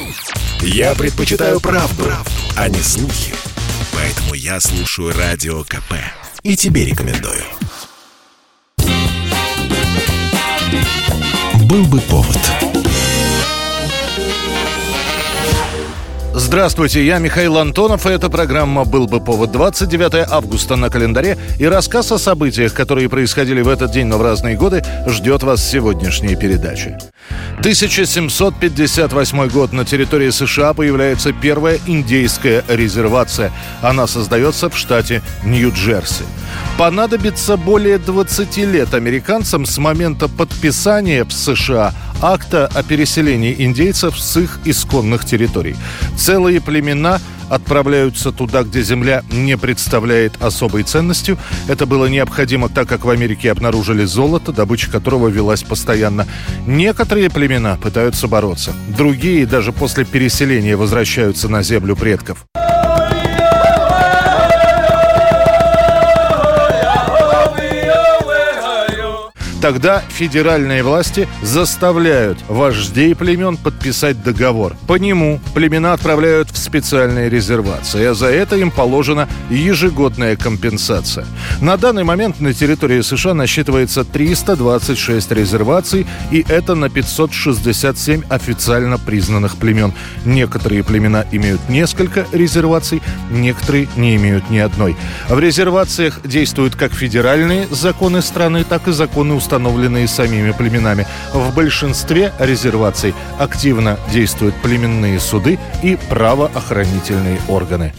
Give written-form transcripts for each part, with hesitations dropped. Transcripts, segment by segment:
Я предпочитаю правду, а не слухи. Поэтому я слушаю Радио КП. И тебе рекомендую. Был бы повод. Здравствуйте, я Михаил Антонов, и эта программа «Был бы повод». 29 августа на календаре, и рассказ о событиях, которые происходили в этот день, но в разные годы, ждет вас в сегодняшней передаче. 1758 год. На территории США появляется первая индейская резервация. Она создается в штате Нью-Джерси. Понадобится более 20 лет американцам с момента подписания в США акта о переселении индейцев с их исконных территорий. Целые племена отправляются туда, где земля не представляет особой ценностью. Это было необходимо, так как в Америке обнаружили золото, добыча которого велась постоянно. Некоторые племена пытаются бороться. Другие даже после переселения возвращаются на землю предков. Тогда федеральные власти заставляют вождей племен подписать договор. По нему племена отправляют в специальные резервации, а за это им положена ежегодная компенсация. На данный момент на территории США насчитывается 326 резерваций, и это на 567 официально признанных племен. Некоторые племена имеют несколько резерваций, некоторые не имеют ни одной. В резервациях действуют как федеральные законы страны, так и законы, установленные самими племенами. В большинстве резерваций активно действуют племенные суды и правоохранительные органы.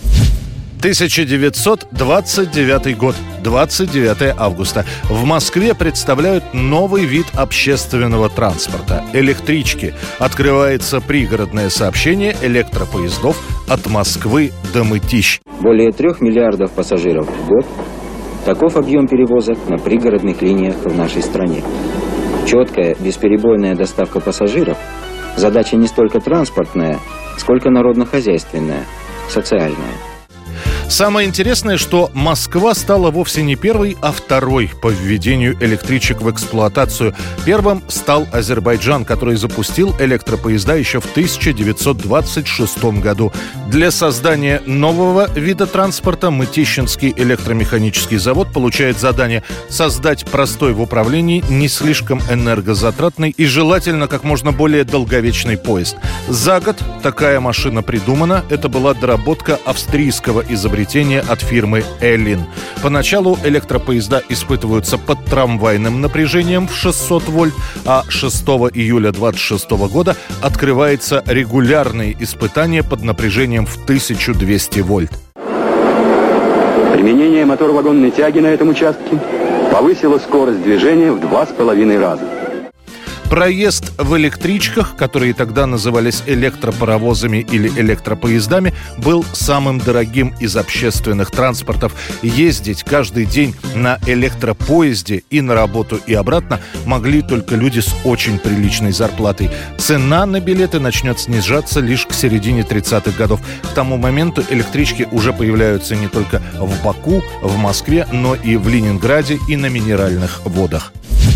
1929 год, 29 августа. В Москве представляют новый вид общественного транспорта – электрички. Открывается пригородное сообщение электропоездов от Москвы до Мытищ. Более 3 миллиардов пассажиров в год. Таков объем перевозок на пригородных линиях в нашей стране. Четкая, бесперебойная доставка пассажиров – задача не столько транспортная, сколько народно-хозяйственная, социальная. Самое интересное, что Москва стала вовсе не первой, а второй по введению электричек в эксплуатацию. Первым стал Азербайджан, который запустил электропоезда еще в 1926 году. Для создания нового вида транспорта Мытищинский электромеханический завод получает задание создать простой в управлении, не слишком энергозатратный и желательно как можно более долговечный поезд. За год такая машина придумана. Это была доработка австрийского изобретения от фирмы «Эллин». Поначалу электропоезда испытываются под трамвайным напряжением в 600 вольт, а 6 июля 1926 года открывается регулярные испытания под напряжением в 1200 вольт. Применение мотор-вагонной тяги на этом участке повысило скорость движения в 2,5 раза. Проезд в электричках, которые тогда назывались электропаровозами или электропоездами, был самым дорогим из общественных транспортов. Ездить каждый день на электропоезде и на работу, и обратно могли только люди с очень приличной зарплатой. Цена на билеты начнет снижаться лишь к середине 30-х годов. К тому моменту электрички уже появляются не только в Баку, в Москве, но и в Ленинграде и на Минеральных водах.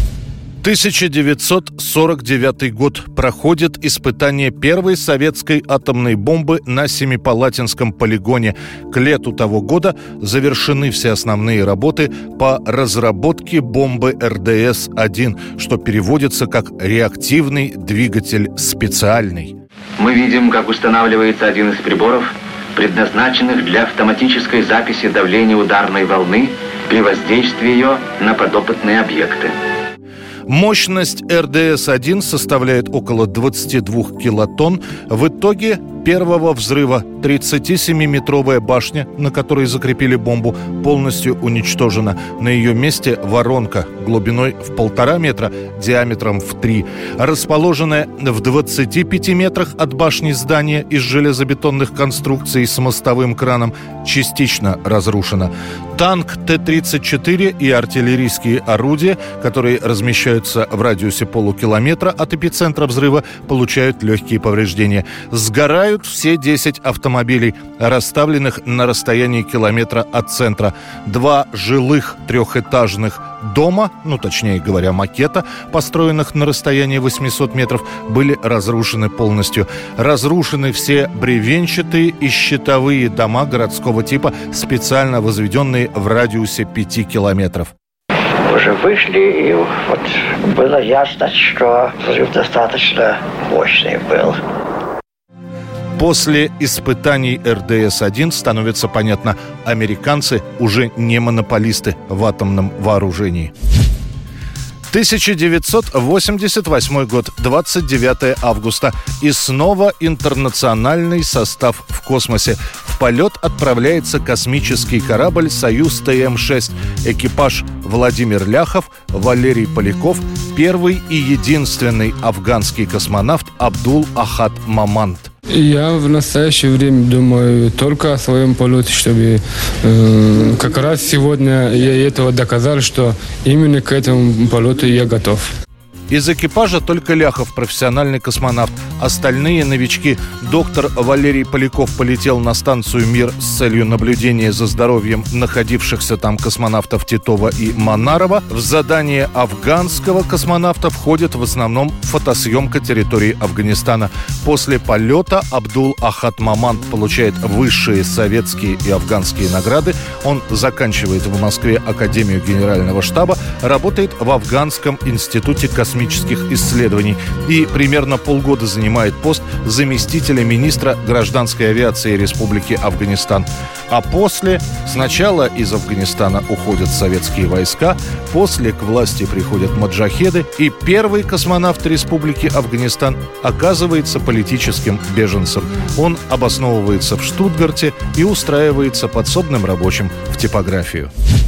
1949 год. Проходит испытание первой советской атомной бомбы на Семипалатинском полигоне. К лету того года завершены все основные работы по разработке бомбы РДС-1, что переводится как «реактивный двигатель специальный». Мы видим, как устанавливается один из приборов, предназначенных для автоматической записи давления ударной волны при воздействии ее на подопытные объекты. Мощность РДС-1 составляет около 22 килотонн. В итоге первого взрыва 37-метровая башня, на которой закрепили бомбу, полностью уничтожена. На ее месте воронка глубиной в 1,5 метра, диаметром в 3. Расположенная в 25 метрах от башни здания из железобетонных конструкций с мостовым краном частично разрушена. Танк Т-34 и артиллерийские орудия, которые размещаются в радиусе полукилометра от эпицентра взрыва, получают легкие повреждения. Сгорают занимают все 10 автомобилей, расставленных на расстоянии километра от центра. 2 жилых трехэтажных дома, точнее говоря, макета, построенных на расстоянии 800 метров, были разрушены полностью. Разрушены все бревенчатые и щитовые дома городского типа, специально возведенные в радиусе 5 километров. Уже вышли, и вот было ясно, что взрыв достаточно мощный был. После испытаний РДС-1 становится понятно, американцы уже не монополисты в атомном вооружении. 1988 год, 29 августа. И снова интернациональный состав в космосе. В полет отправляется космический корабль «Союз-ТМ-6». Экипаж: Владимир Ляхов, Валерий Поляков, первый и единственный афганский космонавт Абдул-Ахад Маманд. Я в настоящее время думаю только о своем полете, чтобы как раз сегодня я этого доказал, что именно к этому полету я готов. Из экипажа только Ляхов профессиональный космонавт. Остальные новички. Доктор Валерий Поляков полетел на станцию «Мир» с целью наблюдения за здоровьем находившихся там космонавтов Титова и Манарова. В задание афганского космонавта входит в основном фотосъемка территории Афганистана. После полета Абдул-Ахад Маманд получает высшие советские и афганские награды. Он заканчивает в Москве Академию Генерального штаба, работает в Афганском институте космических исследований и примерно полгода занимает пост заместителя министра гражданской авиации Республики Афганистан. А после, сначала из Афганистана уходят советские войска, после к власти приходят маджахеды, и первый космонавт Республики Афганистан оказывается политическим беженцем. Он обосновывается в Штутгарте и устраивается подсобным рабочим в типографию.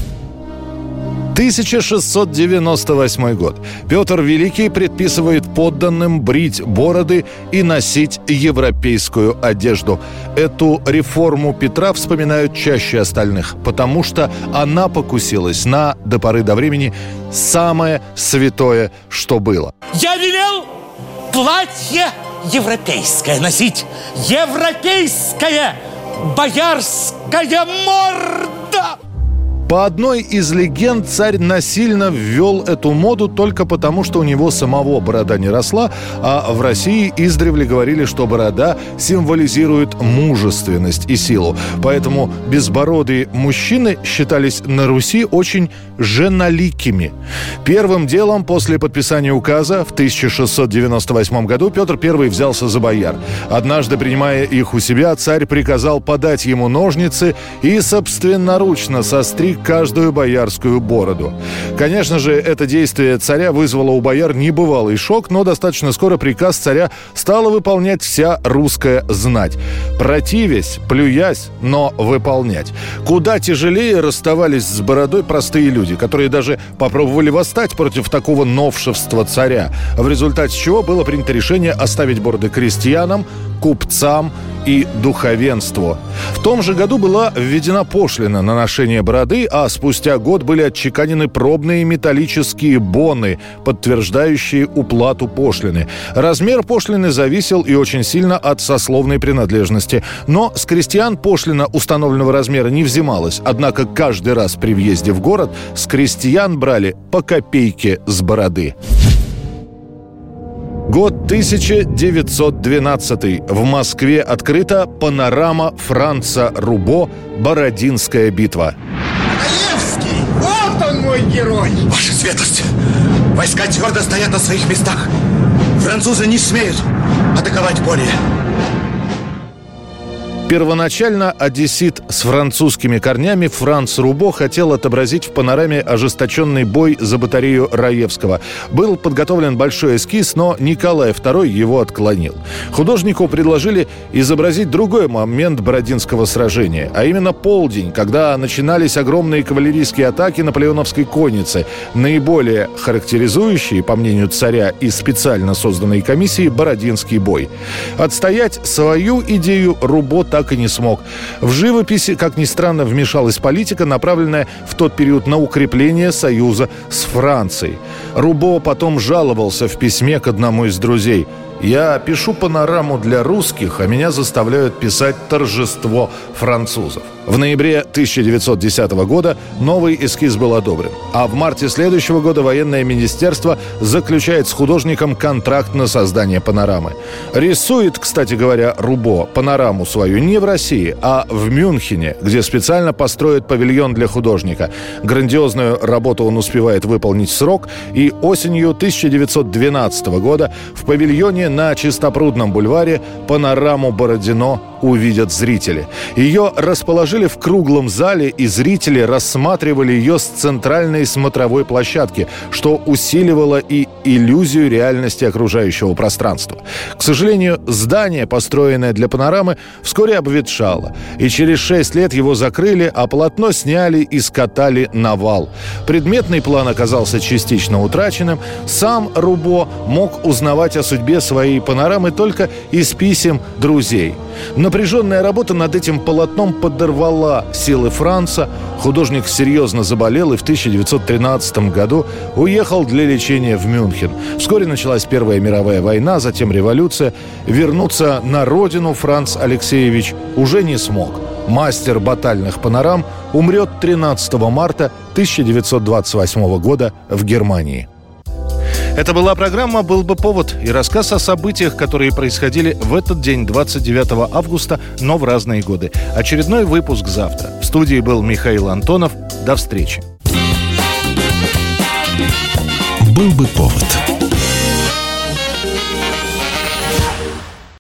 1698 год. Петр Великий предписывает подданным брить бороды и носить европейскую одежду. Эту реформу Петра вспоминают чаще остальных, потому что она покусилась на, до поры до времени, самое святое, что было. Я велел платье европейское носить. Европейское! Боярская морда! По одной из легенд, царь насильно ввел эту моду только потому, что у него самого борода не росла, а в России издревле говорили, что борода символизирует мужественность и силу. Поэтому безбородые мужчины считались на Руси очень женоликими. Первым делом после подписания указа в 1698 году Петр I взялся за бояр. Однажды, принимая их у себя, царь приказал подать ему ножницы и собственноручно состричь каждую боярскую бороду. Конечно же, это действие царя вызвало у бояр небывалый шок, но достаточно скоро приказ царя стала выполнять вся русская знать. Противясь, плюясь, но выполнять. Куда тяжелее расставались с бородой простые люди, которые даже попробовали восстать против такого новшества царя, в результате чего было принято решение оставить бороды крестьянам, купцам и духовенству. В том же году была введена пошлина на ношение бороды, а спустя год были отчеканены пробные металлические боны, подтверждающие уплату пошлины. Размер пошлины зависел и очень сильно от сословной принадлежности. Но с крестьян пошлина установленного размера не взималась. Однако каждый раз при въезде в город с крестьян брали по копейке с бороды. Год 1912. В Москве открыта панорама Франца Рубо «Бородинская битва». Раевский! Вот он, мой герой! Ваша светлость! Войска твердо стоят на своих местах. Французы не смеют атаковать более. Первоначально одессит с французскими корнями Франц Рубо хотел отобразить в панораме ожесточенный бой за батарею Раевского. Был подготовлен большой эскиз, но Николай II его отклонил. Художнику предложили изобразить другой момент Бородинского сражения, а именно полдень, когда начинались огромные кавалерийские атаки наполеоновской конницы, наиболее характеризующие, по мнению царя и специально созданной комиссии, Бородинский бой. Отстоять свою идею Рубо так и не смог. В живописи, как ни странно, вмешалась политика, направленная в тот период на укрепление союза с Францией. Рубо потом жаловался в письме к одному из друзей: Я пишу панораму для русских, а меня заставляют писать торжество французов. В ноябре 1910 года новый эскиз был одобрен. А в марте следующего года военное министерство заключает с художником контракт на создание панорамы. Рисует, кстати говоря, Рубо панораму свою не в России, а в Мюнхене, где специально построят павильон для художника. Грандиозную работу он успевает выполнить в срок, и осенью 1912 года в павильоне на Чистопрудном бульваре панораму Бородино увидят зрители. Ее расположили в круглом зале, и зрители рассматривали ее с центральной смотровой площадки, что усиливало и иллюзию реальности окружающего пространства. К сожалению, здание, построенное для панорамы, вскоре обветшало, и через 6 лет его закрыли, а полотно сняли и скатали на вал. Предметный план оказался частично утраченным. Сам Рубо мог узнавать о судьбе своей панорамы только из писем друзей. Напряженная работа над этим полотном подорвала силы Франца. Художник серьезно заболел и в 1913 году уехал для лечения в Мюнхен. Вскоре началась Первая мировая война, затем революция. Вернуться на родину Франц Алексеевич уже не смог. Мастер батальных панорам умрет 13 марта 1928 года в Германии. Это была программа «Был бы повод» и рассказ о событиях, которые происходили в этот день, 29 августа, но в разные годы. Очередной выпуск завтра. В студии был Михаил Антонов. До встречи. «Был бы повод»